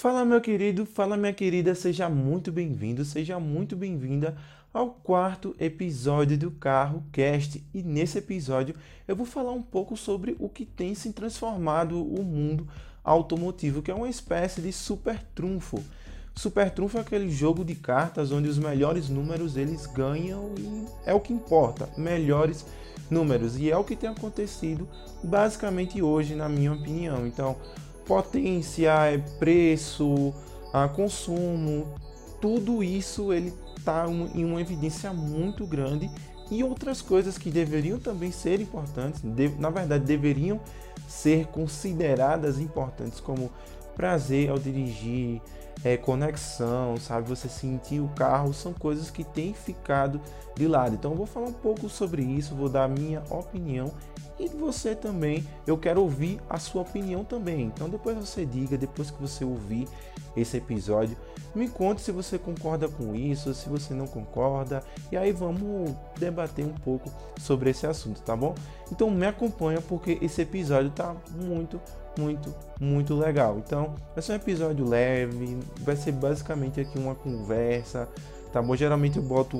Fala meu querido, fala minha querida, seja muito bem-vindo, seja muito bem-vinda ao quarto episódio do Carro Cast. E nesse episódio eu vou falar um pouco sobre o que tem se transformado o mundo automotivo, que é uma espécie de super trunfo. Super trunfo é aquele jogo de cartas onde os melhores números eles ganham e é o que importa, melhores números. E é o que tem acontecido basicamente hoje, na minha opinião. Então, potência, preço, consumo, tudo isso ele está em uma evidência muito grande e outras coisas que deveriam também ser importantes, na verdade deveriam ser consideradas importantes como prazer ao dirigir, conexão, sabe, você sentir o carro, são coisas que têm ficado de lado. Então eu vou falar um pouco sobre isso, vou dar a minha opinião e você também, eu quero ouvir a sua opinião também. Então depois você diga, depois que você ouvir esse episódio, me conte se você concorda com isso, se você não concorda, e aí vamos debater um pouco sobre esse assunto, tá bom? Então me acompanha porque esse episódio tá muito legal. Então vai ser um episódio leve, vai ser basicamente aqui uma conversa, tá bom? Geralmente eu boto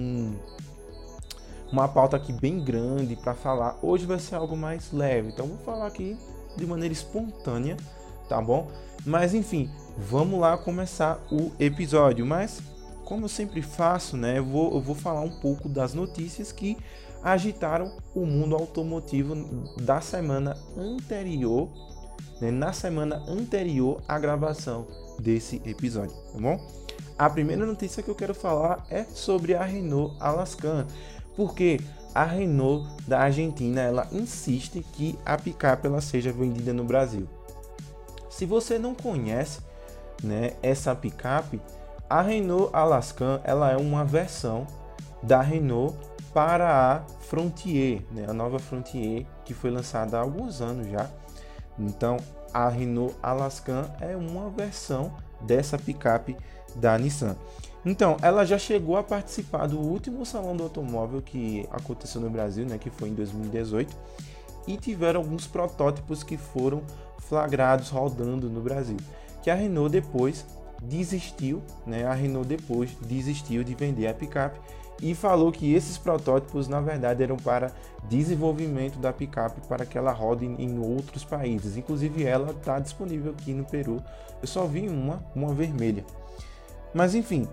uma pauta aqui bem grande para falar. Hoje vai ser algo mais leve, então vou falar aqui de maneira espontânea, tá bom? Mas enfim, vamos lá começar o episódio. Mas como eu sempre faço, né, eu vou falar um pouco das notícias que agitaram o mundo automotivo da semana anterior, né, na semana anterior à gravação desse episódio, tá bom? A primeira notícia que eu quero falar é sobre a Renault Alaskan, porque a Renault da Argentina ela insiste que a picape ela seja vendida no Brasil. Se você não conhece, né, essa picape, a Renault Alaskan ela é uma versão da Renault para a Frontier, né, a nova Frontier que foi lançada há alguns anos já. Então a Renault Alaskan é uma versão dessa picape da Nissan. Então, ela já chegou a participar do último salão do automóvel que aconteceu no Brasil, né, que foi em 2018, e tiveram alguns protótipos que foram flagrados rodando no Brasil. Que a Renault depois desistiu, né, de vender a picape e falou que esses protótipos, na verdade, eram para desenvolvimento da picape para que ela rode em outros países. Inclusive, ela está disponível aqui no Peru. Eu só vi uma vermelha. Mas enfim,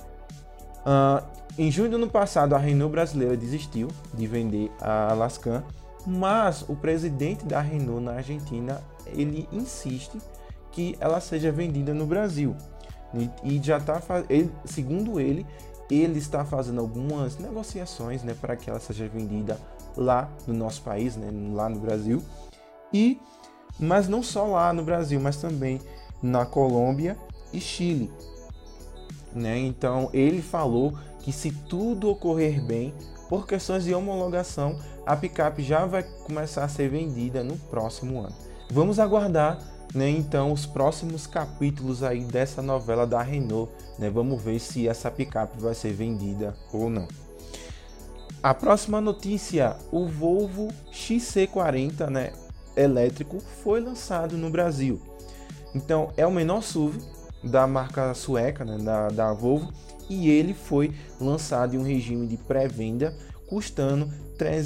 em junho do ano passado a Renault brasileira desistiu de vender a Alaskan, mas o presidente da Renault na Argentina ele insiste que ela seja vendida no Brasil e já está, segundo ele está fazendo algumas negociações, né, para que ela seja vendida lá no nosso país, né, lá no Brasil, mas não só lá no Brasil, mas também na Colômbia e Chile. Né? Então ele falou que se tudo ocorrer bem, por questões de homologação, a picape já vai começar a ser vendida no próximo ano. Vamos aguardar, né, então os próximos capítulos aí dessa novela da Renault, né? Vamos ver se essa picape vai ser vendida ou não. A próxima notícia, o Volvo XC40, né, elétrico foi lançado no Brasil. Então é o menor SUV da marca sueca, né, da Volvo, e ele foi lançado em um regime de pré-venda custando R$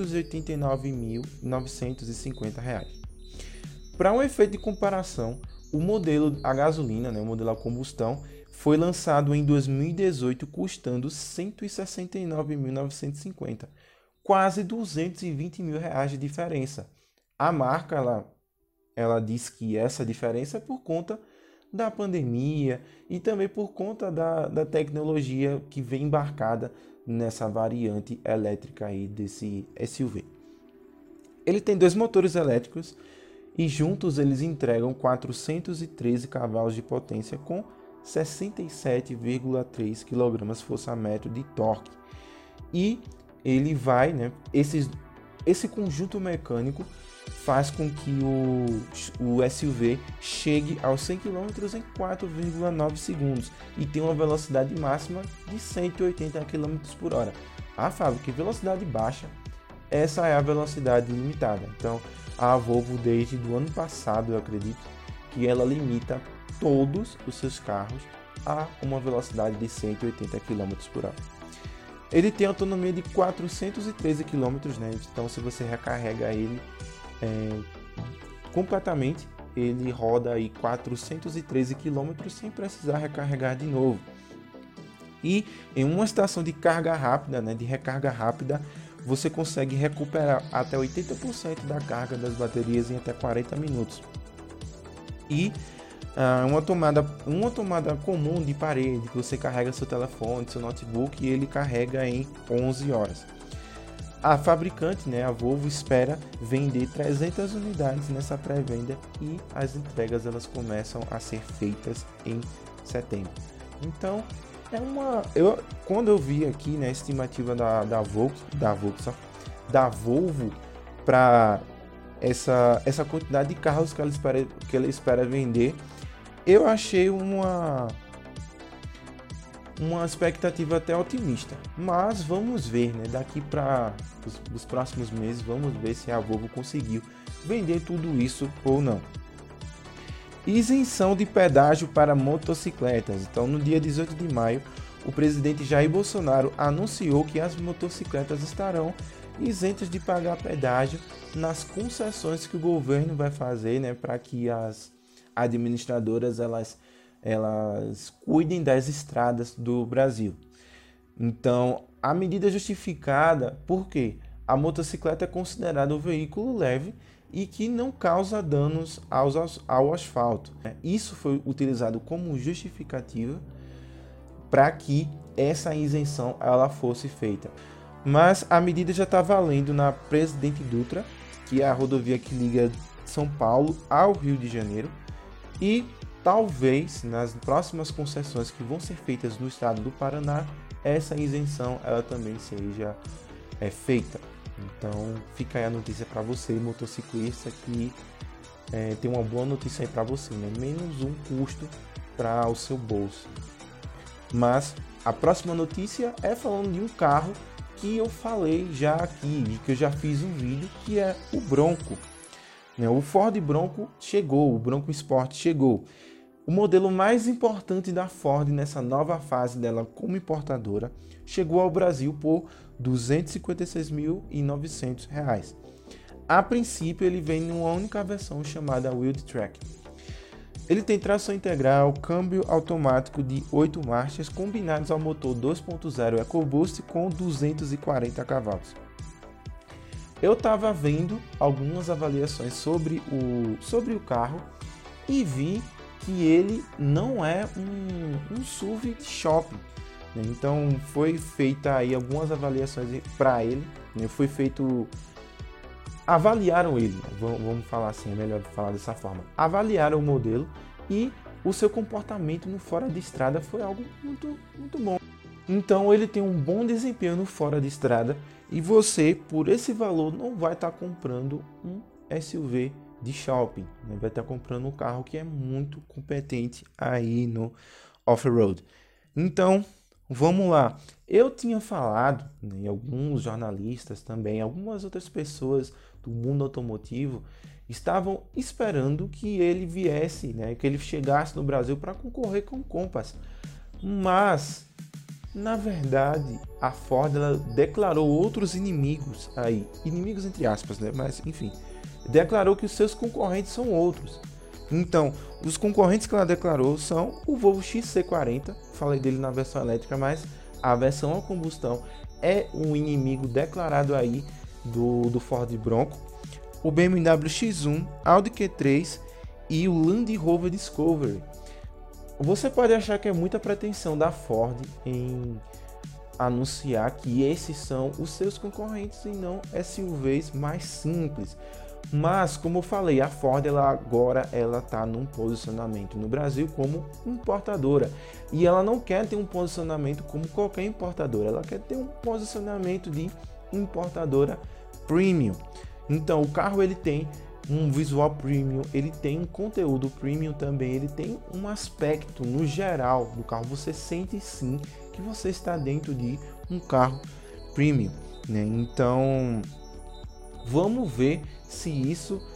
389.950. Para um efeito de comparação, o modelo a gasolina, né, o modelo a combustão, foi lançado em 2018 custando R$ 169.950, quase R$ 220 mil de diferença. A marca ela diz que essa diferença é por conta da pandemia e também por conta da tecnologia que vem embarcada nessa variante elétrica aí desse SUV. Ele tem dois motores elétricos e juntos eles entregam 413 cavalos de potência com 67,3 kgfm de torque. E ele vai, né, esse conjunto mecânico faz com que o SUV chegue aos 100 km em 4,9 segundos e tem uma velocidade máxima de 180 km por hora. Fábio, que velocidade baixa? Essa é a velocidade limitada. Então, a Volvo, desde o ano passado, eu acredito, que ela limita todos os seus carros a uma velocidade de 180 km por hora. Ele tem autonomia de 413 km, né? Então se você recarrega ele completamente, ele roda aí 413 km sem precisar recarregar de novo. E em uma estação de carga rápida, né, de recarga rápida, você consegue recuperar até 80% da carga das baterias em até 40 minutos. E uma tomada comum de parede, que você carrega seu telefone, seu notebook, e ele carrega em 11 horas. A fabricante, né, a Volvo, espera vender 300 unidades nessa pré-venda e as entregas elas começam a ser feitas em setembro. Então, quando eu vi aqui, né, a estimativa da Volvo para essa quantidade de carros que ela espera vender, eu achei uma expectativa até otimista, mas vamos ver, né? Daqui para os próximos meses, vamos ver se a Volvo conseguiu vender tudo isso ou não. Isenção de pedágio para motocicletas. Então, no dia 18 de maio, o presidente Jair Bolsonaro anunciou que as motocicletas estarão isentas de pagar pedágio nas concessões que o governo vai fazer, né, para que as administradoras elas cuidem das estradas do Brasil. Então, a medida é justificada porque a motocicleta é considerada um veículo leve e que não causa danos ao asfalto. Isso foi utilizado como justificativa para que essa isenção ela fosse feita. Mas a medida já está valendo na Presidente Dutra, que é a rodovia que liga São Paulo ao Rio de Janeiro, e talvez nas próximas concessões que vão ser feitas no estado do Paraná, essa isenção ela também seja feita. Então fica aí a notícia para você, motociclista, que tem uma boa notícia aí para você, né? Menos um custo para o seu bolso. Mas a próxima notícia é falando de um carro que eu falei já aqui, que eu já fiz um vídeo, que é o Bronco. O Ford Bronco chegou, o Bronco Sport chegou. O modelo mais importante da Ford nessa nova fase dela como importadora chegou ao Brasil por R$ 256.900. A princípio ele vem em uma única versão chamada Wheeltrack. Ele tem tração integral, câmbio automático de 8 marchas combinados ao motor 2.0 EcoBoost com 240 cavalos. Eu estava vendo algumas avaliações sobre o carro e vi que ele não é um SUV de shopping. Então foi feita aí algumas avaliações para ele, avaliaram ele, vamos falar assim, é melhor falar dessa forma. Avaliaram o modelo e o seu comportamento no fora de estrada foi algo muito, muito bom. Então ele tem um bom desempenho no fora de estrada e você, por esse valor, não vai estar comprando um SUV de shopping, né? Vai estar comprando um carro que é muito competente aí no off-road. Então, vamos lá. Eu tinha falado, né, e alguns jornalistas também, algumas outras pessoas do mundo automotivo estavam esperando que ele viesse, né, que ele chegasse no Brasil para concorrer com o Compass. Mas, na verdade, a Ford ela declarou outros inimigos aí, inimigos entre aspas, né? Mas enfim, declarou que os seus concorrentes são outros. Então, os concorrentes que ela declarou são o Volvo XC40, falei dele na versão elétrica, mas a versão a combustão é um inimigo declarado aí do Ford Bronco, o BMW X1, Audi Q3 e o Land Rover Discovery. Você pode achar que é muita pretensão da Ford em anunciar que esses são os seus concorrentes e não SUVs mais simples. Mas, como eu falei, a Ford agora está num posicionamento no Brasil como importadora. E ela não quer ter um posicionamento como qualquer importadora. Ela quer ter um posicionamento de importadora premium. Então, o carro ele tem um visual premium, ele tem um conteúdo premium também, ele tem um aspecto no geral do carro. Você sente sim que você está dentro de um carro premium, né? Então, vamos ver se isso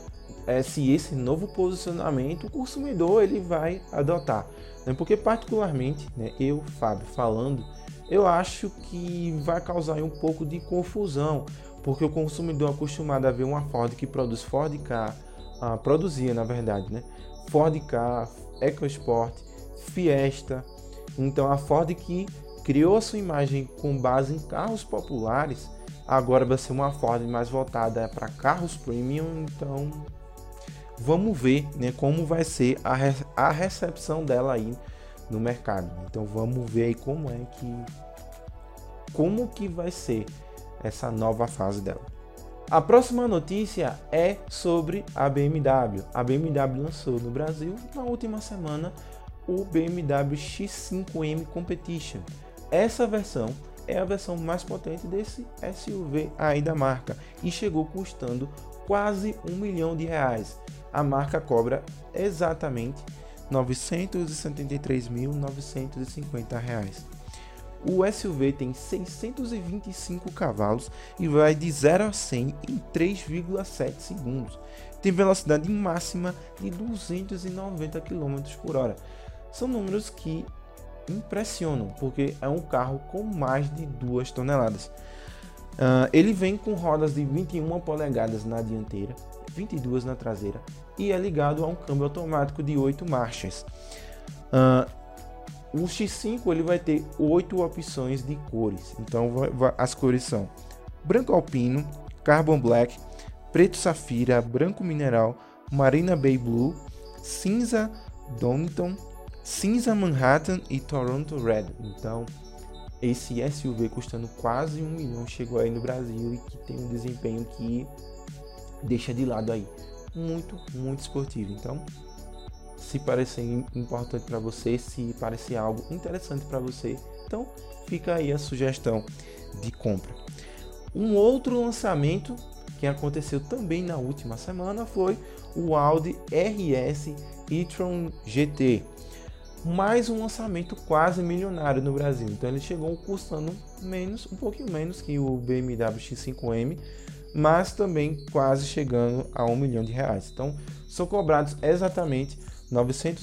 se esse novo posicionamento o consumidor ele vai adotar, né? Porque particularmente, né, eu, Fábio, falando, eu acho que vai causar um pouco de confusão, porque o consumidor acostumado a ver uma Ford que produz Ford Ka, produzia na verdade, né, Ford Ka, EcoSport, Fiesta. Então a Ford que criou a sua imagem com base em carros populares, agora vai ser uma Ford mais voltada para carros premium. Então vamos ver, né, como vai ser a recepção dela aí no mercado. Então vamos ver aí como que vai ser essa nova fase dela. A próxima notícia é sobre a BMW. A BMW lançou no Brasil na última semana o BMW X5M Competition. Essa versão é a versão mais potente desse SUV aí da marca e chegou custando quase R$ 1 milhão. A marca cobra exatamente R$ 973.950. O SUV tem 625 cavalos e vai de 0 a 100 em 3,7 segundos. Tem velocidade máxima de 290 km por hora. São números que impressionam, porque é um carro com mais de 2 toneladas. Ele vem com rodas de 21 polegadas na dianteira, 22 na traseira e é ligado a um câmbio automático de 8 marchas. O X5 ele vai ter 8 opções de cores. Então as cores são branco alpino, carbon black, preto safira, branco mineral, marina bay blue, cinza Donington, cinza Manhattan e Toronto Red. Então esse SUV custando quase R$ 1 milhão chegou aí no Brasil e que tem um desempenho que deixa de lado aí. Muito esportivo. Então, se parecer importante para você, se parecer algo interessante para você, então fica aí a sugestão de compra. Um outro lançamento que aconteceu também na última semana foi o Audi RS e-tron GT. Mais um lançamento quase milionário no Brasil. Então ele chegou custando um pouquinho menos que o BMW X5M, mas também quase chegando a R$ 1 milhão. Então são cobrados exatamente R$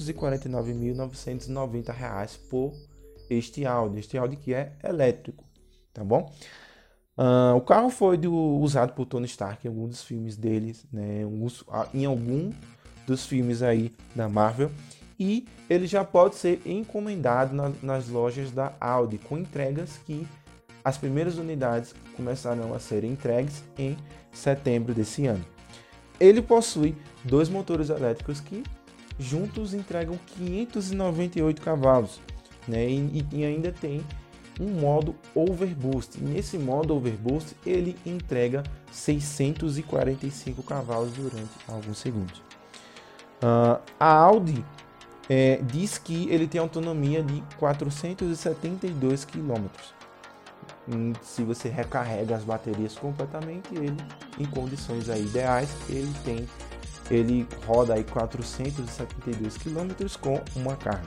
949.990 por este Audi que é elétrico, tá bom? O carro foi usado por Tony Stark em algum dos filmes deles, né? Em algum dos filmes aí da Marvel, e ele já pode ser encomendado nas lojas da Audi, com entregas que as primeiras unidades começarão a ser entregues em setembro desse ano. Ele possui 2 motores elétricos que juntos entregam 598 cavalos, né? E ainda tem um modo Overboost. E nesse modo Overboost ele entrega 645 cavalos durante alguns segundos. A Audi diz que ele tem autonomia de 472 km. Se você recarrega as baterias completamente, ele em condições aí ideais, ele roda aí 472 km com uma carga.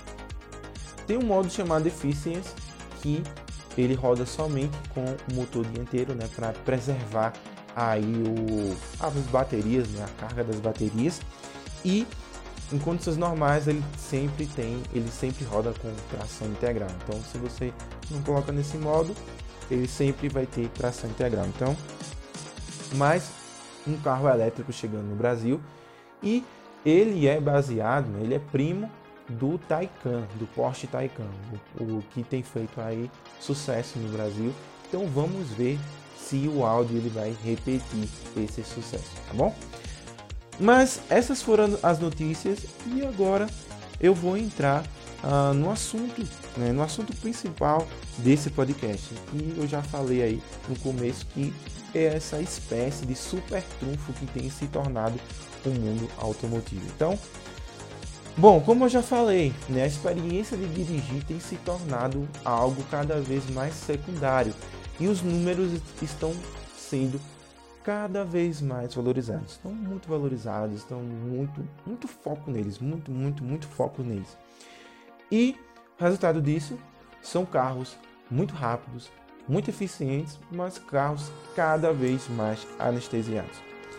Tem um modo chamado Efficiency, que ele roda somente com o motor dianteiro, né, para preservar aí as baterias, né, a carga das baterias. E em condições normais ele sempre roda com tração integral. Então se você não coloca nesse modo, ele sempre vai ter tração integral. Então, mais um carro elétrico chegando no Brasil, e ele é baseado, né, ele é primo do Taycan, do Porsche Taycan, o que tem feito aí sucesso no Brasil. Então vamos ver se o Audi ele vai repetir esse sucesso, tá bom? Mas essas foram as notícias e agora eu vou entrar no assunto, né, no assunto principal desse podcast. E eu já falei aí no começo que é essa espécie de super trunfo que tem se tornado o mundo automotivo. Então, bom, como eu já falei, né, a experiência de dirigir tem se tornado algo cada vez mais secundário e os números estão sendo cada vez mais valorizados. Estão muito valorizados, estão muito foco neles, muito foco neles. E o resultado disso são carros muito rápidos, muito eficientes, mas carros cada vez mais anestesiados.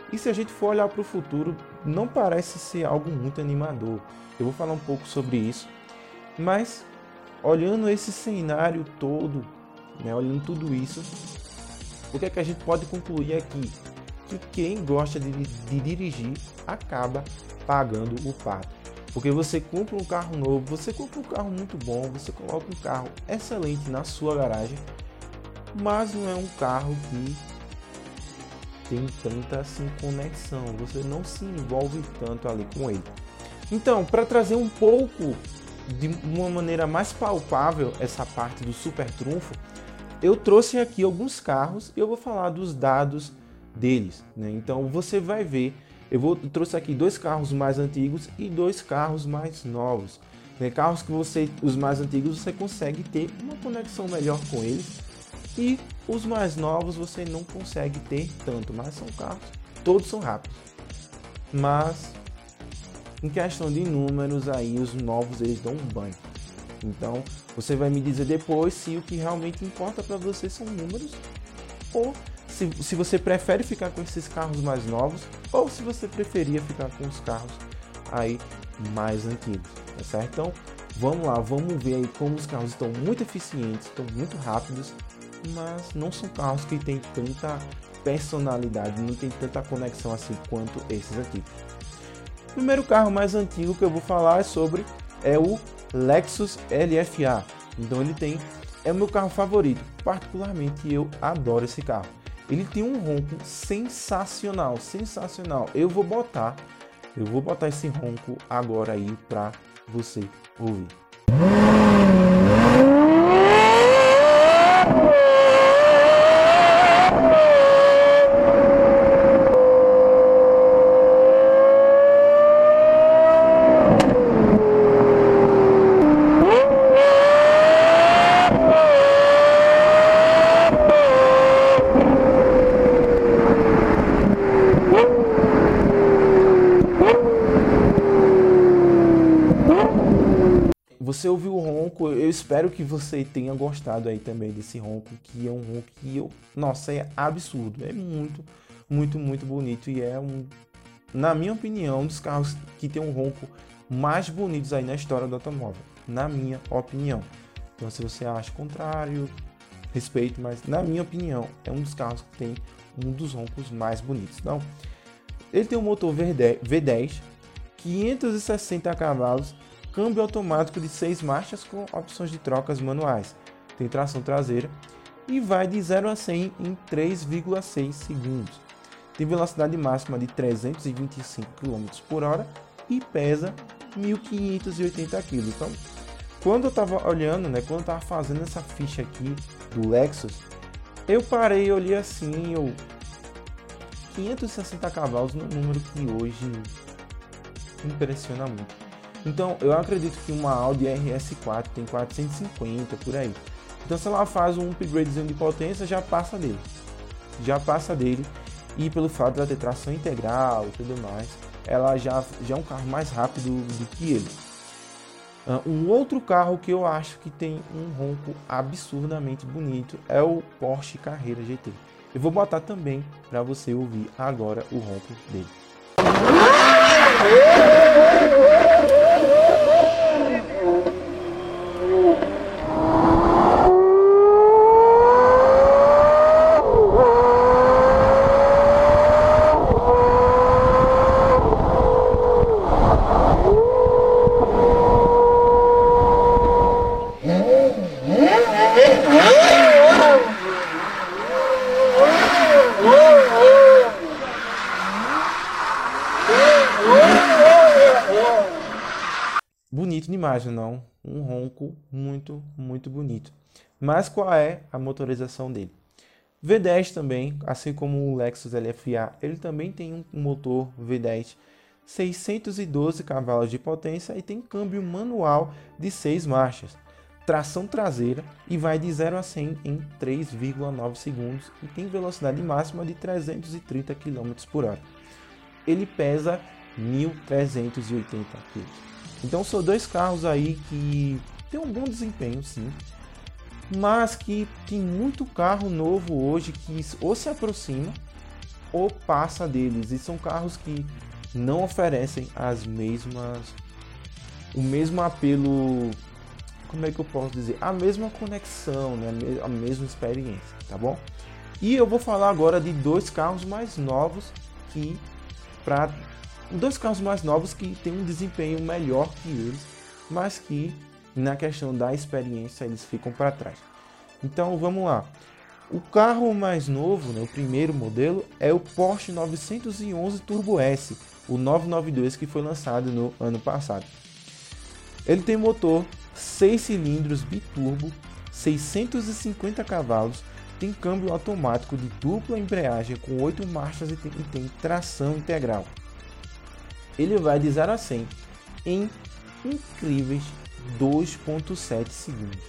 E se a gente for olhar para o futuro, não parece ser algo muito animador. Eu vou falar um pouco sobre isso, mas olhando esse cenário todo, né, olhando tudo isso, o que é que a gente pode concluir aqui? Que quem gosta de dirigir acaba pagando o pato. Porque você compra um carro novo, você compra um carro muito bom, você coloca um carro excelente na sua garagem, mas não é um carro que tem tanta assim conexão, você não se envolve tanto ali com ele. Então, para trazer um pouco de uma maneira mais palpável essa parte do super trunfo, eu trouxe aqui alguns carros e eu vou falar dos dados deles, né? Então você vai ver, eu trouxe aqui 2 carros mais antigos e 2 carros mais novos, né? Carros que os mais antigos você consegue ter uma conexão melhor com eles, e os mais novos você não consegue ter tanto, mas são carros, todos são rápidos. Mas em questão de números aí, os novos eles dão um banho. Então você vai me dizer depois se o que realmente importa para você são números, ou se você prefere ficar com esses carros mais novos, ou se você preferia ficar com os carros aí mais antigos, tá certo? Então vamos lá, vamos ver aí como os carros estão muito eficientes, estão muito rápidos, mas não são carros que têm tanta personalidade, não tem tanta conexão assim quanto esses aqui. O primeiro carro mais antigo que eu vou falar é o Lexus LFA. Então é o meu carro favorito, particularmente eu adoro esse carro. Ele tem um ronco sensacional, sensacional. Eu vou botar esse ronco agora aí para você ouvir. Você ouviu o ronco, eu espero que você tenha gostado aí também desse ronco, que é um ronco que nossa, é absurdo, é muito, muito, muito bonito e na minha opinião, um dos carros que tem um ronco mais bonitos aí na história do automóvel, na minha opinião. Então se você acha o contrário, respeito, mas na minha opinião, é um dos carros que tem um dos roncos mais bonitos. Então, ele tem um motor V10, 560 cavalos, câmbio automático de 6 marchas com opções de trocas manuais, tem tração traseira e vai de 0 a 100 em 3,6 segundos. Tem velocidade máxima de 325 km por hora e pesa 1.580 kg. Então, quando eu estava olhando, né, quando eu estava fazendo essa ficha aqui do Lexus, eu parei e olhei assim, 560 cavalos, um número que hoje impressiona muito. Então, eu acredito que uma Audi RS4 tem 450 por aí. Então, se ela faz um upgradezinho de potência, já passa dele. E pelo fato de ela ter tração integral e tudo mais, ela já é um carro mais rápido do que ele. Um outro carro que eu acho que tem um ronco absurdamente bonito é o Porsche Carrera GT. Eu vou botar também para você ouvir agora o ronco dele. Bonito demais, não? Um ronco muito, muito bonito. Mas qual é a motorização dele? V10 também, assim como o Lexus LFA, ele também tem um motor V10, 612 cavalos de potência e tem câmbio manual de 6 marchas, tração traseira e vai de 0 a 100 em 3,9 segundos e tem velocidade máxima de 330 km por hora. Ele pesa 1.380 kg. Então são dois carros aí que tem um bom desempenho, sim, mas que tem muito carro novo hoje que ou se aproxima ou passa deles. E são carros que não oferecem o mesmo apelo, como é que eu posso dizer? A mesma conexão, né? A mesma experiência, tá bom? E eu vou falar agora de dois carros mais novos que têm um desempenho melhor que eles, mas que na questão da experiência eles ficam para trás. Então vamos lá. O carro mais novo, né, o primeiro modelo, é o Porsche 911 Turbo S, o 992, que foi lançado no ano passado. Ele tem motor 6 cilindros biturbo, 650 cavalos, tem câmbio automático de dupla embreagem com 8 marchas e tem tração integral. Ele vai de 0 a 100 em incríveis 2,7 segundos.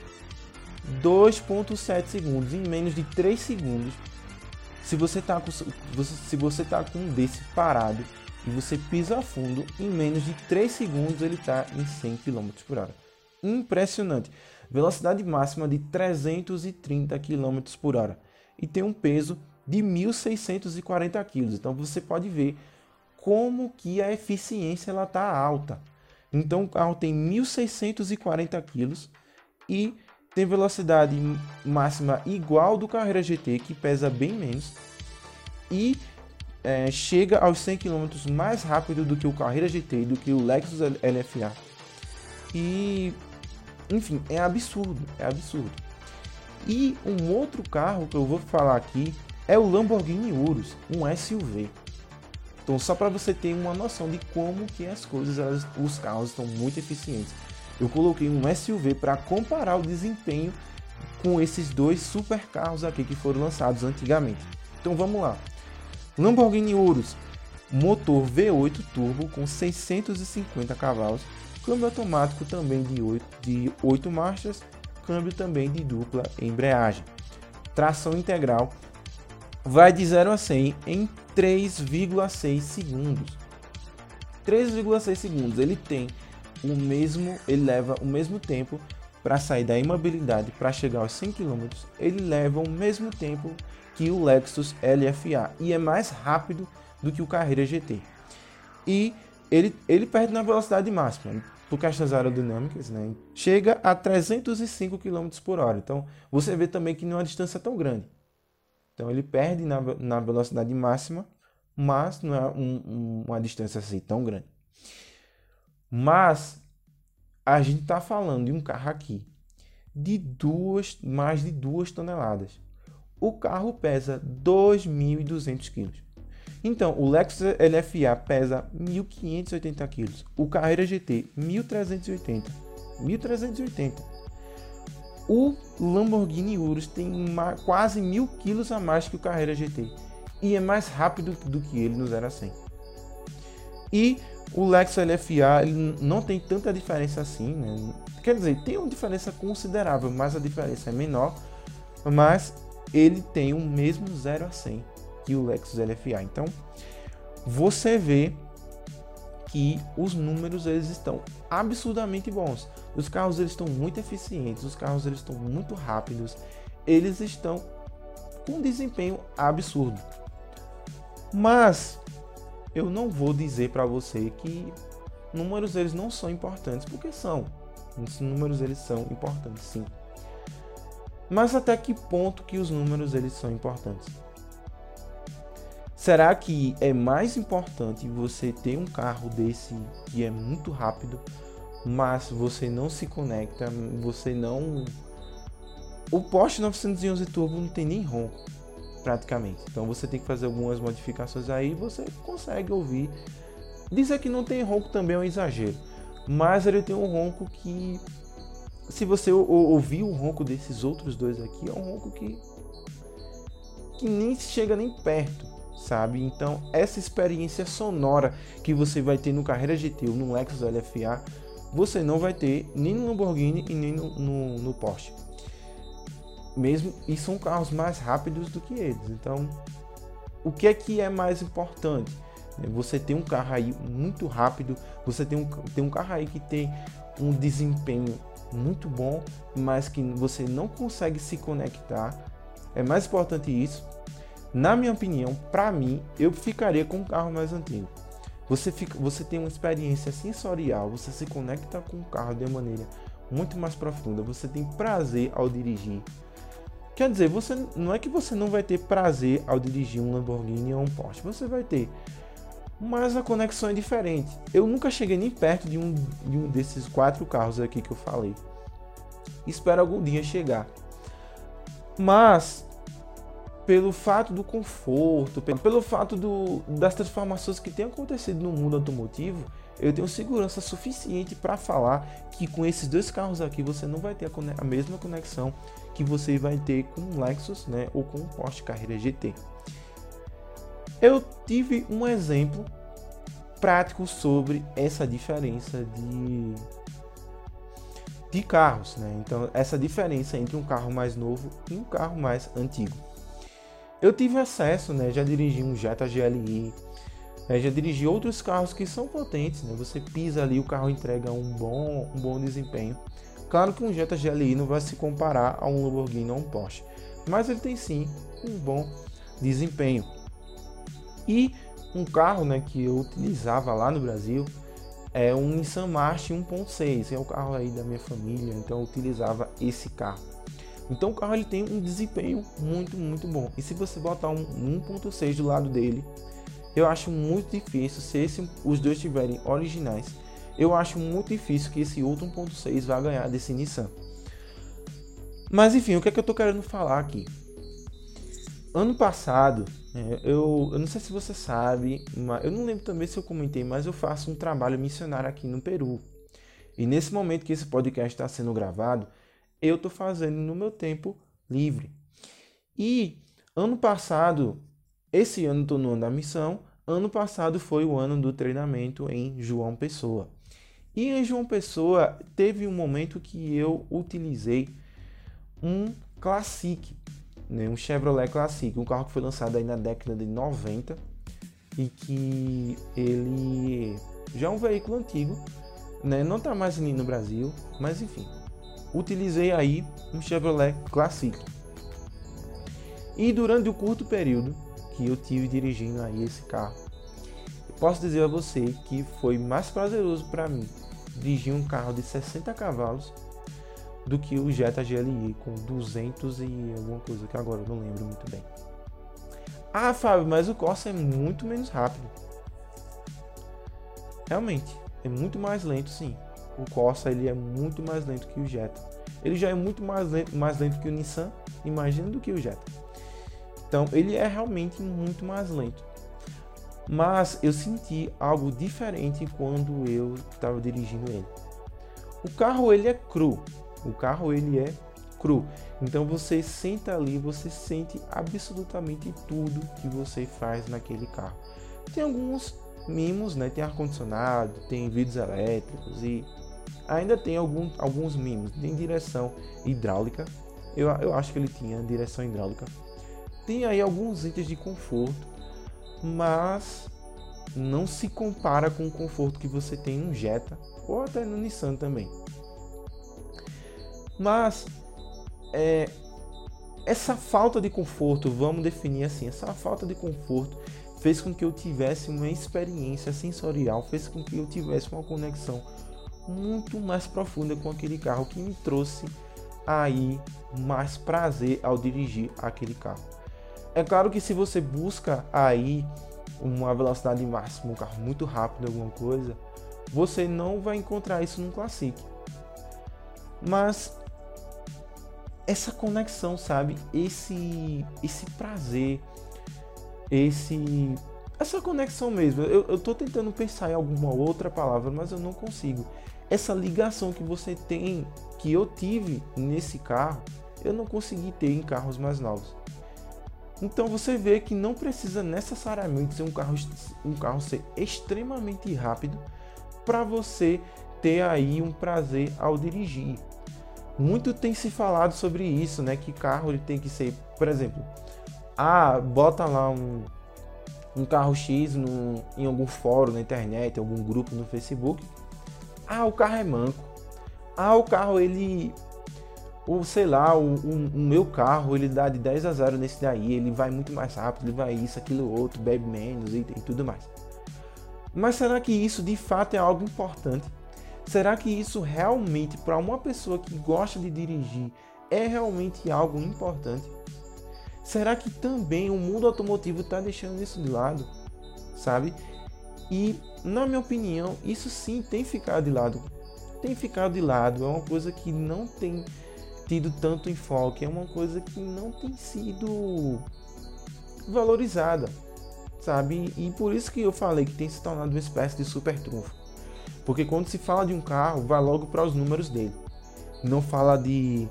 2,7 segundos, em menos de 3 segundos. Se você tá com um desse parado e você pisa a fundo, em menos de 3 segundos ele está em 100 km por hora. Impressionante. Velocidade máxima de 330 km por hora. E tem um peso de 1.640 kg. Então você pode ver como que a eficiência ela está alta. Então o carro tem 1.640 kg e tem velocidade máxima igual do Carrera GT, que pesa bem menos. E chega aos 100 km mais rápido do que o Carrera GT e do que o Lexus LFA. E, enfim, é absurdo, é absurdo. E um outro carro que eu vou falar aqui é o Lamborghini Urus, um SUV. Então, só para você ter uma noção de como que as coisas, os carros estão muito eficientes. Eu coloquei um SUV para comparar o desempenho com esses dois super carros aqui que foram lançados antigamente. Então vamos lá. Lamborghini Urus, motor V8 turbo com 650 cavalos, câmbio automático também de 8 marchas, câmbio também de dupla embreagem. Tração integral, vai de 0 a 100 em 3,6 segundos. 3,6 segundos, ele leva o mesmo tempo para sair da imobilidade para chegar aos 100 km, ele leva o mesmo tempo que o Lexus LFA e é mais rápido do que o Carrera GT. E ele perde na velocidade máxima, por questões aerodinâmicas, né? Chega a 305 km por hora. Então você vê também que não é uma distância tão grande. Então ele perde na velocidade máxima, mas não é uma distância assim tão grande. Mas a gente está falando de um carro aqui de mais de 2 toneladas. O carro pesa 2.200 kg. Então, o Lexus LFA pesa 1.580 kg. O Carrera GT, 1.380. O Lamborghini Urus tem quase 1.000 kg a mais que o Carrera GT. E é mais rápido do que ele no 0 a 100. E o Lexus LFA ele não tem tanta diferença assim, né? Quer dizer, tem uma diferença considerável, mas a diferença é menor. Mas ele tem o mesmo 0 a 100 que o Lexus LFA. Então, você vê que os números eles estão absurdamente bons. Os carros eles estão muito eficientes, os carros eles estão muito rápidos, eles estão com um desempenho absurdo. Mas eu não vou dizer para você que números eles não são importantes, porque são. Os números eles são importantes, sim. Mas até que ponto que os números eles são importantes? Será que é mais importante você ter um carro desse que é muito rápido, mas você não se conecta, você não... O Porsche 911 Turbo não tem nem ronco, praticamente. Então você tem que fazer algumas modificações aí e você consegue ouvir. Dizer que não tem ronco também é um exagero, mas ele tem um ronco que... Se você ouvir o ronco desses outros dois aqui, é um ronco que nem chega nem perto, sabe? Então, essa experiência sonora que você vai ter no Carrera GT ou no Lexus LFA, você não vai ter nem no Lamborghini e nem no Porsche. Mesmo, e são carros mais rápidos do que eles. Então, o que é mais importante? Você tem um carro aí muito rápido, você tem um carro aí que tem um desempenho muito bom, mas que você não consegue se conectar. É mais importante isso Na minha opinião, para mim, eu ficaria com um carro mais antigo. Você tem uma experiência sensorial, você se conecta com o carro de uma maneira muito mais profunda, você tem prazer ao dirigir. Quer dizer, não é que você não vai ter prazer ao dirigir um Lamborghini ou um Porsche, você vai ter, mas a conexão é diferente. Eu nunca cheguei nem perto de um desses 4 carros aqui que eu falei. Espero algum dia chegar. Mas pelo fato do conforto, pelo fato das transformações que têm acontecido no mundo automotivo, eu tenho segurança suficiente para falar que com esses 2 carros aqui você não vai ter a mesma conexão que você vai ter com um Lexus, né, ou com um Porsche Carrera GT. Eu tive um exemplo prático sobre essa diferença de carros, né? Então, essa diferença entre um carro mais novo e um carro mais antigo. Eu tive acesso, né? Já dirigi um Jetta GLI, já dirigi outros carros que são potentes, né? Você pisa ali, o carro entrega um bom desempenho. Claro que um Jetta GLI não vai se comparar a um Lamborghini ou um Porsche, mas ele tem sim um bom desempenho. E um carro, né, que eu utilizava lá no Brasil é um Nissan March 1.6, é o carro aí da minha família, então eu utilizava esse carro. Então o carro ele tem um desempenho muito bom. E se você botar um 1.6 do lado dele, eu acho muito difícil, se os dois estiverem originais, eu acho muito difícil que esse outro 1.6 vá ganhar desse Nissan. Mas enfim, o que é que eu tô querendo falar aqui? Ano passado, eu não sei se você sabe, mas eu não lembro também se eu comentei, mas eu faço um trabalho missionário aqui no Peru. E nesse momento que esse podcast está sendo gravado, eu estou fazendo no meu tempo livre. E ano passado, esse ano estou no ano da missão, ano passado foi o ano do treinamento em João Pessoa. E em João Pessoa teve um momento que eu utilizei um Classic, né, um Chevrolet Classic, um carro que foi lançado aí na década de 90 e que ele já é um veículo antigo, né, não está mais no Brasil, mas enfim, utilizei aí um Chevrolet Classic. E durante o curto período que eu tive dirigindo aí esse carro, eu posso dizer a você que foi mais prazeroso para mim dirigir um carro de 60 cavalos do que o Jetta GLI com 200 e alguma coisa que agora eu não lembro muito bem. Ah, Fábio, mas o Corsa é muito menos rápido. Realmente, é muito mais lento, sim. O Corsa ele é muito mais lento que o Jetta. Ele já é muito mais lento que o Nissan, imagina, do que o Jetta. Então, ele é realmente muito mais lento. Mas eu senti algo diferente quando eu estava dirigindo ele. O carro ele é cru. O carro ele é cru. Então você senta ali, você sente absolutamente tudo que você faz naquele carro. Tem alguns mimos, né? Tem ar-condicionado, tem vidros elétricos e ainda tem alguns mimos. Tem direção hidráulica. Eu acho que ele tinha direção hidráulica. Tem aí alguns itens de conforto, mas não se compara com o conforto que você tem no Jetta ou até no Nissan também. Mas essa falta de conforto, vamos definir assim, essa falta de conforto fez com que eu tivesse uma experiência sensorial, fez com que eu tivesse uma conexão muito mais profunda com aquele carro, que me trouxe aí mais prazer ao dirigir aquele carro. É claro que se você busca aí uma velocidade máxima, um carro muito rápido, alguma coisa, você não vai encontrar isso num Classic. Mas essa conexão, sabe? Esse prazer, essa conexão mesmo. Eu tô tentando pensar em alguma outra palavra, mas eu não consigo. Essa ligação que você tem, que eu tive nesse carro, eu não consegui ter em carros mais novos. Então você vê que não precisa necessariamente ser um carro ser extremamente rápido para você ter aí um prazer ao dirigir. Muito tem se falado sobre isso, né? Que carro ele tem que ser, por exemplo, bota lá um carro X em algum fórum na internet, algum grupo no Facebook. O carro é manco. O carro ele Ou sei lá, o meu carro, ele dá de 10 a 0 nesse daí, ele vai muito mais rápido, ele vai isso, aquilo, outro, bebe menos e tudo mais. Mas será que isso de fato é algo importante? Será que isso realmente, para uma pessoa que gosta de dirigir, é realmente algo importante? Será que também o mundo automotivo está deixando isso de lado? Sabe? E, na minha opinião, isso sim tem ficado de lado. Tem ficado de lado, é uma coisa que não tem tido tanto enfoque, é uma coisa que não tem sido valorizada, sabe? E por isso que eu falei que tem se tornado uma espécie de super trunfo. Porque quando se fala de um carro, vai logo para os números dele. Não fala de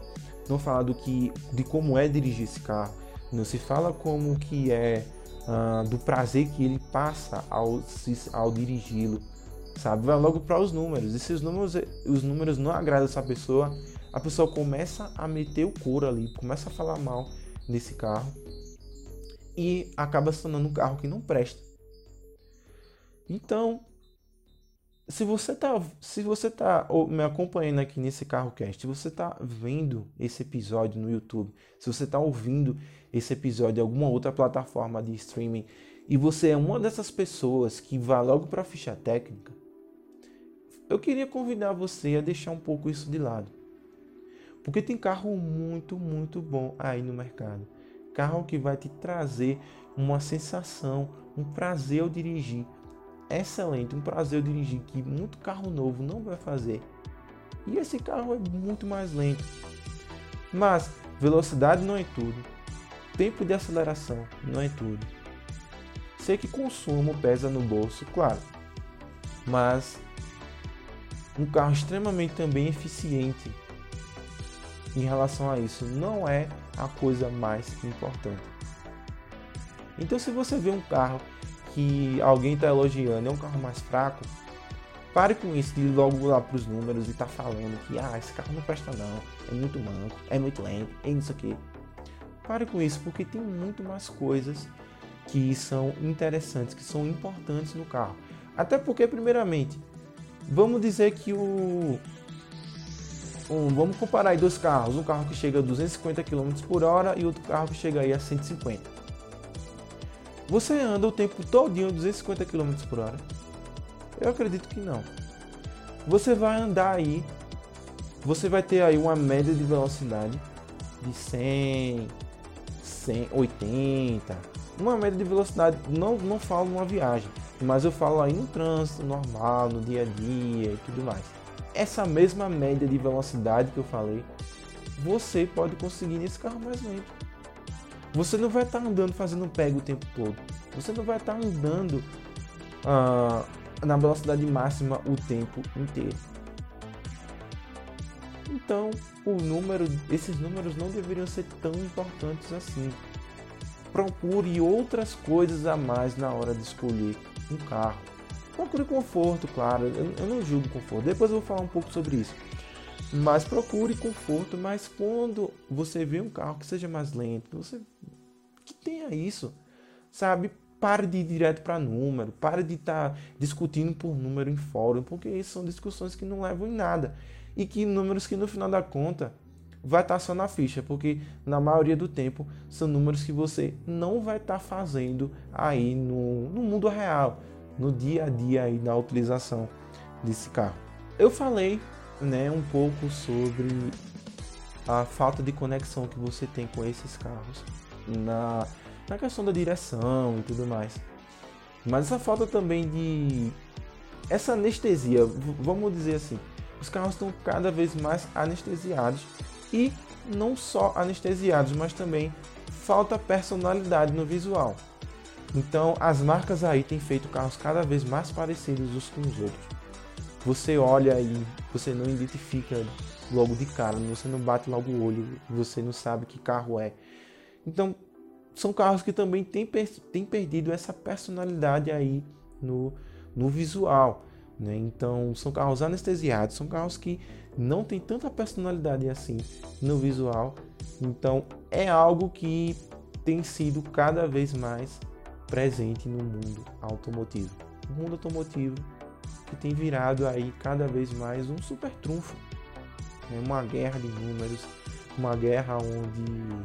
como é dirigir esse carro. Não se fala como que é do prazer que ele passa ao dirigi-lo, sabe? Vai logo para os números. E se os números não agradam essa pessoa, a pessoa começa a meter o couro ali, começa a falar mal desse carro e acaba se tornando um carro que não presta. Então, se você tá me acompanhando aqui nesse CarroCast, se você tá vendo esse episódio no YouTube, se você tá ouvindo esse episódio em alguma outra plataforma de streaming e você é uma dessas pessoas que vai logo para a ficha técnica, eu queria convidar você a deixar um pouco isso de lado. Porque tem carro muito, muito bom aí no mercado. Carro que vai te trazer uma sensação, um prazer ao dirigir excelente, um prazer ao dirigir que muito carro novo não vai fazer. E esse carro é muito mais lento. Mas velocidade não é tudo. Tempo de aceleração não é tudo. Sei que consumo pesa no bolso, claro. Mas um carro extremamente também eficiente em relação a isso não é a coisa mais importante. Então, se você vê um carro que alguém está elogiando, é um carro mais fraco, pare com isso de ir logo lá para os números e tá falando que esse carro não presta não, é muito manco, é muito lento, é isso aqui. Pare com isso, porque tem muito mais coisas que são interessantes, que são importantes no carro. Até porque, primeiramente, vamos dizer que vamos comparar aí dois carros, um carro que chega a 250 km por hora e outro carro que chega aí a 150. Você anda o tempo todinho a 250 km por hora? Eu acredito que não. Você vai andar aí, você vai ter aí uma média de velocidade de 100, 180, uma média de velocidade, não falo numa viagem, mas eu falo aí no trânsito normal, no dia a dia e tudo mais. Essa mesma média de velocidade que eu falei, você pode conseguir nesse carro mais lento. Você não vai estar andando fazendo pega o tempo todo. Você não vai estar andando na velocidade máxima o tempo inteiro. Então, esses números não deveriam ser tão importantes assim. Procure outras coisas a mais na hora de escolher um carro. Procure conforto, claro. Eu não julgo conforto. Depois eu vou falar um pouco sobre isso. Mas procure conforto. Mas quando você vê um carro que seja mais lento, que tenha isso, sabe? Pare de ir direto para número. Pare de estar discutindo por número em fórum, porque isso são discussões que não levam em nada. E que números que no final da conta vai estar só na ficha, porque na maioria do tempo são números que você não vai estar fazendo aí no mundo real, no dia a dia aí na utilização desse carro. Eu falei, um pouco sobre a falta de conexão que você tem com esses carros na questão da direção e tudo mais. Mas essa falta também essa anestesia, vamos dizer assim, os carros estão cada vez mais anestesiados e não só anestesiados, mas também falta personalidade no visual. Então as marcas aí têm feito carros cada vez mais parecidos uns com os outros. Você olha e você não identifica logo de cara, você não bate logo o olho, você não sabe que carro é. Então são carros que também têm perdido essa personalidade aí no visual, né? Então são carros anestesiados, são carros que não tem tanta personalidade assim no visual. Então é algo que tem sido cada vez mais presente no mundo automotivo. O mundo automotivo que tem virado aí cada vez mais um super trunfo, né? Uma guerra de números, uma guerra onde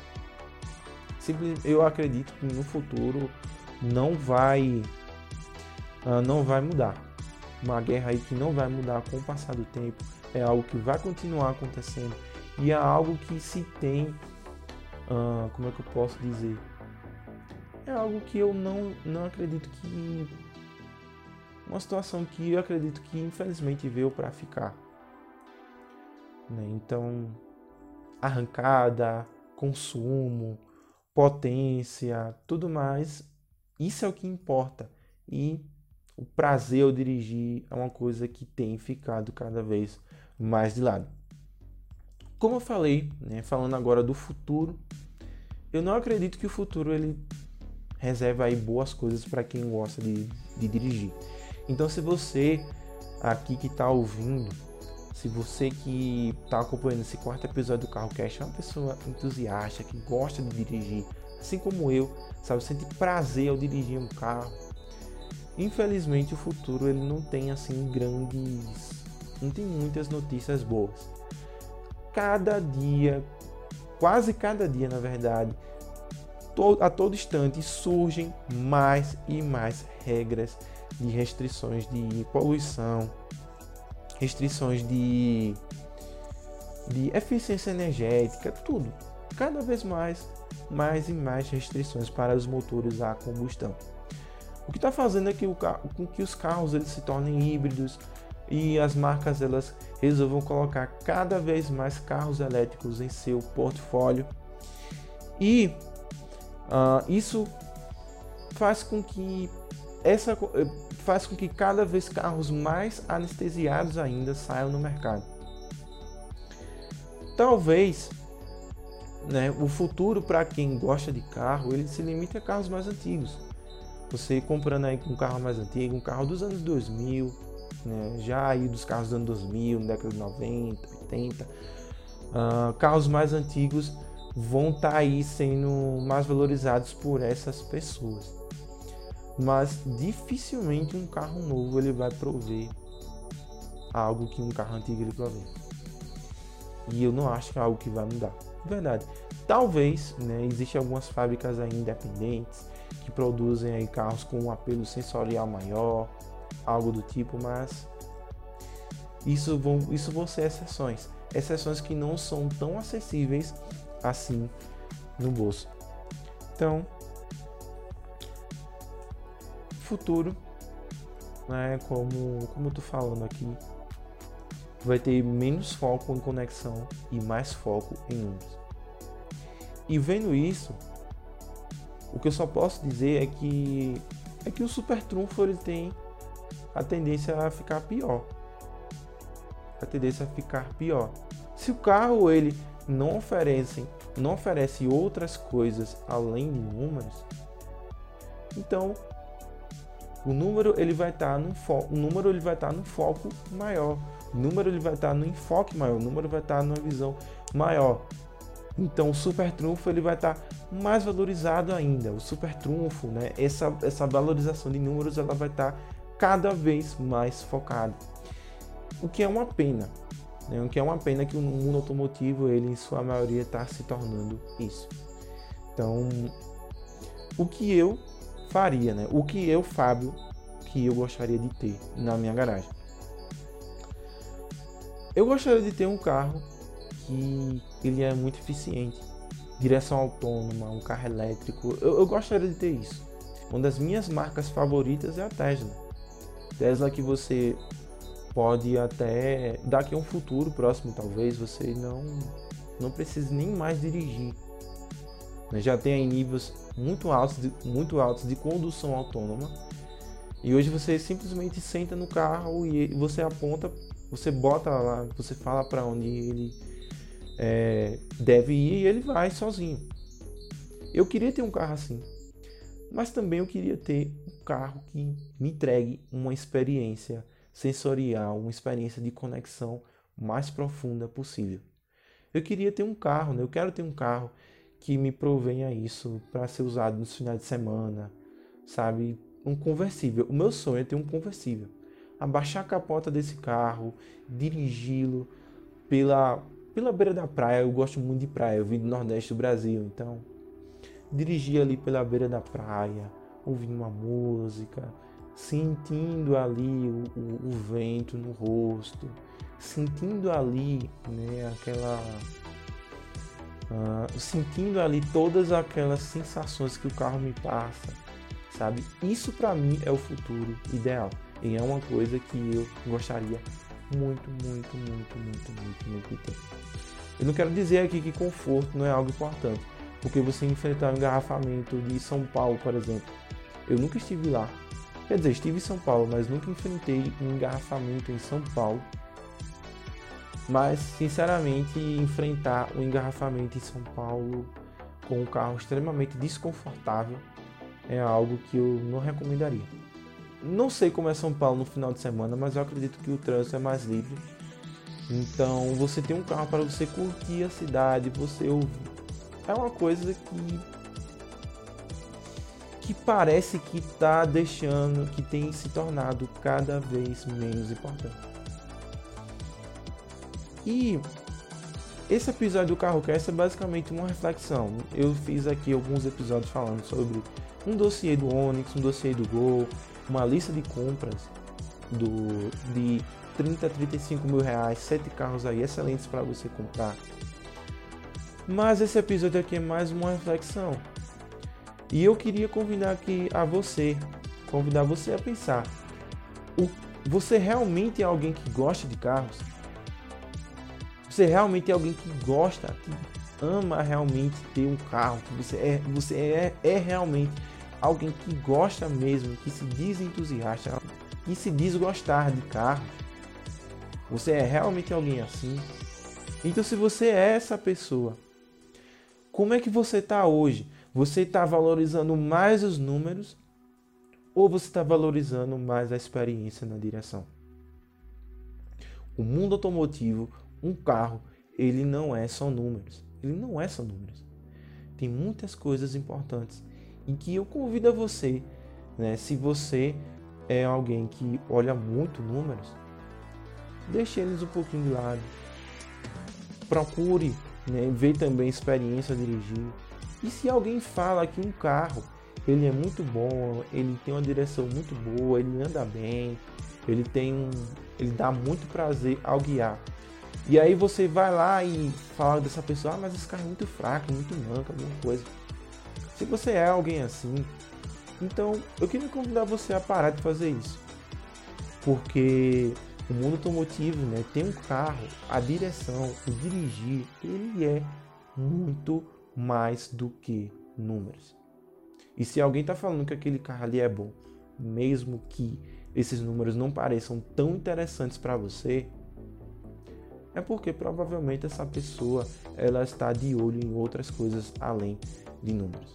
eu acredito que no futuro não vai mudar. Uma guerra aí que não vai mudar com o passar do tempo, é algo que vai continuar acontecendo e é algo que se tem, como é que eu posso dizer? É algo que eu não acredito que... Uma situação que eu acredito que infelizmente veio para ficar. Né? Então, arrancada, consumo, potência, tudo mais, isso é o que importa. E o prazer ao dirigir é uma coisa que tem ficado cada vez mais de lado. Como eu falei, né, falando agora do futuro, eu não acredito que o futuro ele reserva aí boas coisas para quem gosta de dirigir. Então, se você aqui que está ouvindo, se você que está acompanhando esse quarto episódio do CarroCast é uma pessoa entusiasta, que gosta de dirigir, assim como eu, sabe, sente prazer ao dirigir um carro. Infelizmente, o futuro ele não tem assim não tem muitas notícias boas. Cada dia, quase cada dia, na verdade, a todo instante surgem mais e mais regras de restrições de poluição, restrições de eficiência energética, tudo. Cada vez mais e mais restrições para os motores a combustão. O que está fazendo é com que os carros eles se tornem híbridos e as marcas elas resolvam colocar cada vez mais carros elétricos em seu portfólio. E isso faz com que cada vez carros mais anestesiados ainda saiam no mercado. Talvez, né, o futuro para quem gosta de carro, ele se limite a carros mais antigos. Você comprando aí um carro mais antigo, um carro dos anos 2000, né, já aí dos carros dos anos 2000, na década de 90, 80, carros mais antigos vão estar aí sendo mais valorizados por essas pessoas. Mas dificilmente um carro novo ele vai prover algo que um carro antigo ele provê. E eu não acho que é algo que vai mudar. Verdade. Talvez, né, existem algumas fábricas aí independentes que produzem aí carros com um apelo sensorial maior, algo do tipo, mas isso vão ser exceções. Exceções que não são tão acessíveis assim no bolso. Então, futuro, né, como eu tô falando aqui, vai ter menos foco em conexão e mais foco em números. E vendo isso, o que eu só posso dizer é que o super trunfo ele tem a tendência a ficar pior. Se o carro ele não oferece outras coisas além de números, então o número ele vai estar no foco maior, o número ele vai estar no enfoque maior, o número vai estar numa visão maior. Então o super trunfo ele vai estar mais valorizado ainda. O super trunfo, né, essa valorização de números ela vai estar cada vez mais focada. O que é uma pena, né? O que é uma pena que o mundo automotivo ele em sua maioria está se tornando isso. Então, o que eu faria, né? O que eu, Fábio, que eu gostaria de ter na minha garagem? Eu gostaria de ter um carro que ele é muito eficiente, direção autônoma, um carro elétrico. Eu gostaria de ter isso. Uma das minhas marcas favoritas é a Tesla. Tesla que você pode até, daqui a um futuro próximo talvez, você não precise nem mais dirigir. Já tem aí níveis muito altos de condução autônoma. E hoje você simplesmente senta no carro e você aponta, você bota lá, você fala para onde ele deve ir e ele vai sozinho. Eu queria ter um carro assim, mas também eu queria ter um carro que me entregue uma experiência sensorial, uma experiência de conexão mais profunda possível. Eu queria ter um carro, né? Eu quero ter um carro que me provenha isso para ser usado nos finais de semana, sabe? Um conversível. O meu sonho é ter um conversível. Abaixar a capota desse carro, dirigi-lo pela beira da praia. Eu gosto muito de praia, eu vim do Nordeste do Brasil, então dirigir ali pela beira da praia, ouvindo uma música, sentindo ali o vento no rosto, sentindo ali, né, sentindo ali todas aquelas sensações que o carro me passa, sabe? Isso para mim é o futuro ideal e é uma coisa que eu gostaria muito de ter. Eu não quero dizer aqui que conforto não é algo importante, porque você enfrentar um engarrafamento de São Paulo, por exemplo, eu nunca estive lá. Quer dizer, estive em São Paulo, mas nunca enfrentei um engarrafamento em São Paulo. Mas, sinceramente, enfrentar um engarrafamento em São Paulo com um carro extremamente desconfortável é algo que eu não recomendaria. Não sei como é São Paulo no final de semana, mas eu acredito que o trânsito é mais livre. Então, você tem um carro para você curtir a cidade, você ouvir. É uma coisa que parece que está deixando, que tem se tornado cada vez menos importante. E esse episódio do CarroCast é basicamente uma reflexão. Eu fiz aqui alguns episódios falando sobre um dossiê do Onix, um dossiê do Gol, uma lista de compras de 30 a 35 mil reais, 7 carros aí excelentes para você comprar. Mas esse episódio aqui é mais uma reflexão. E eu queria convidar você a pensar. Você realmente é alguém que gosta de carros? Você realmente é alguém que gosta, que ama realmente ter um carro? Você é realmente alguém que gosta mesmo, que se diz entusiasta, que se diz gostar de carros? Você é realmente alguém assim? Então, se você é essa pessoa, como é que você está hoje? Você está valorizando mais os números ou você está valorizando mais a experiência na direção? O mundo automotivo, um carro, ele não é só números. Ele não é só números. Tem muitas coisas importantes e que eu convido a você, né? Se você é alguém que olha muito números, deixe eles um pouquinho de lado. Procure, né, ver também experiência a dirigir. E se alguém fala que um carro ele é muito bom, ele tem uma direção muito boa, ele anda bem, ele dá muito prazer ao guiar. E aí você vai lá e fala dessa pessoa, mas esse carro é muito fraco, muito manco, alguma coisa. Se você é alguém assim, então eu queria convidar você a parar de fazer isso. Porque o mundo automotivo, né, tem um carro, a direção, o dirigir, ele é muito mais do que números. E se alguém está falando que aquele carro ali é bom, mesmo que esses números não pareçam tão interessantes para você, é porque provavelmente essa pessoa ela está de olho em outras coisas além de números.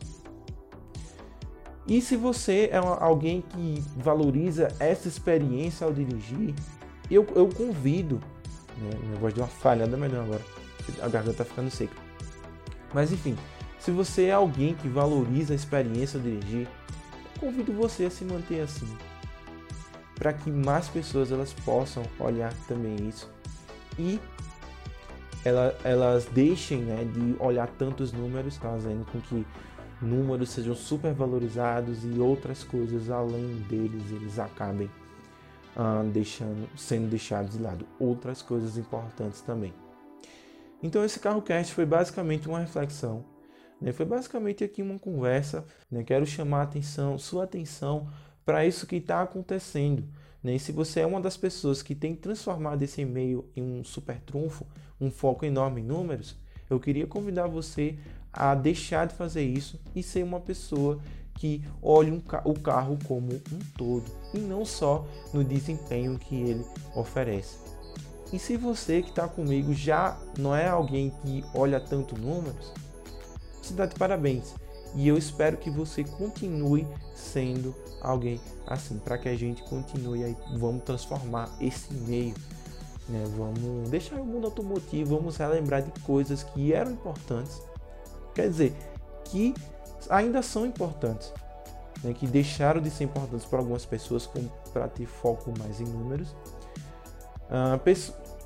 E se você é alguém que valoriza essa experiência ao dirigir, eu convido, né, minha voz deu uma falhada, mas não agora, a garganta está ficando seca. Mas enfim, se você é alguém que valoriza a experiência ao dirigir, eu convido você a se manter assim, para que mais pessoas elas possam olhar também isso e elas deixem, né, de olhar tantos números, fazendo com que números sejam supervalorizados e outras coisas além deles eles acabem sendo deixados de lado. Outras coisas importantes também. Então esse CarroCast foi basicamente uma reflexão, né? Foi basicamente aqui uma conversa, né? Quero chamar sua atenção para isso que está acontecendo, né? E se você é uma das pessoas que tem transformado esse e-mail em um super trunfo, um foco enorme em números, eu queria convidar você a deixar de fazer isso e ser uma pessoa que olhe o carro como um todo e não só no desempenho que ele oferece. E se você que está comigo já não é alguém que olha tanto números, você está de parabéns. E eu espero que você continue sendo alguém assim, para que a gente continue aí, vamos transformar esse meio, né? Vamos deixar o mundo automotivo, vamos relembrar de coisas que eram importantes, quer dizer, que ainda são importantes, né? Que deixaram de ser importantes para algumas pessoas para ter foco mais em números.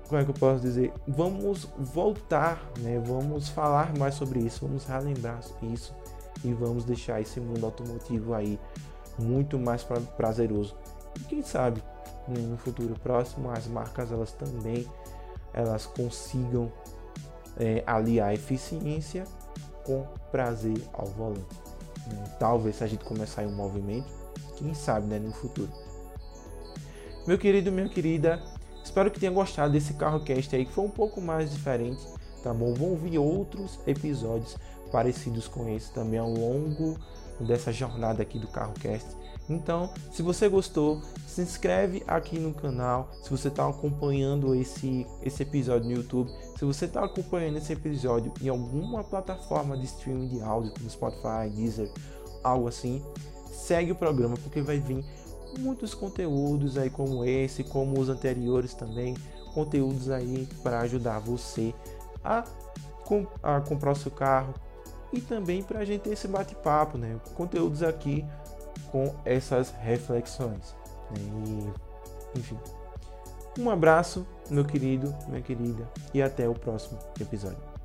como é que eu posso dizer? Vamos voltar, né? Vamos falar mais sobre isso, vamos relembrar isso e vamos deixar esse mundo automotivo aí muito mais prazeroso. E quem sabe, né, no futuro próximo as marcas elas consigam aliar eficiência com prazer ao volante. Né? Talvez se a gente começar um movimento, quem sabe, né, no futuro. Meu querido, minha querida, espero que tenha gostado desse CarroCast aí, que foi um pouco mais diferente, tá bom? Vão vir outros episódios parecidos com esse também ao longo dessa jornada aqui do CarroCast. Então, se você gostou, se inscreve aqui no canal. Se você está acompanhando esse episódio no YouTube, se você está acompanhando esse episódio em alguma plataforma de streaming de áudio, como Spotify, Deezer, algo assim, segue o programa, porque vai vir muitos conteúdos aí como esse, como os anteriores também, conteúdos aí para ajudar você a comprar o seu carro e também para a gente ter esse bate-papo, né? Conteúdos aqui com essas reflexões. E, enfim, um abraço, meu querido, minha querida, e até o próximo episódio.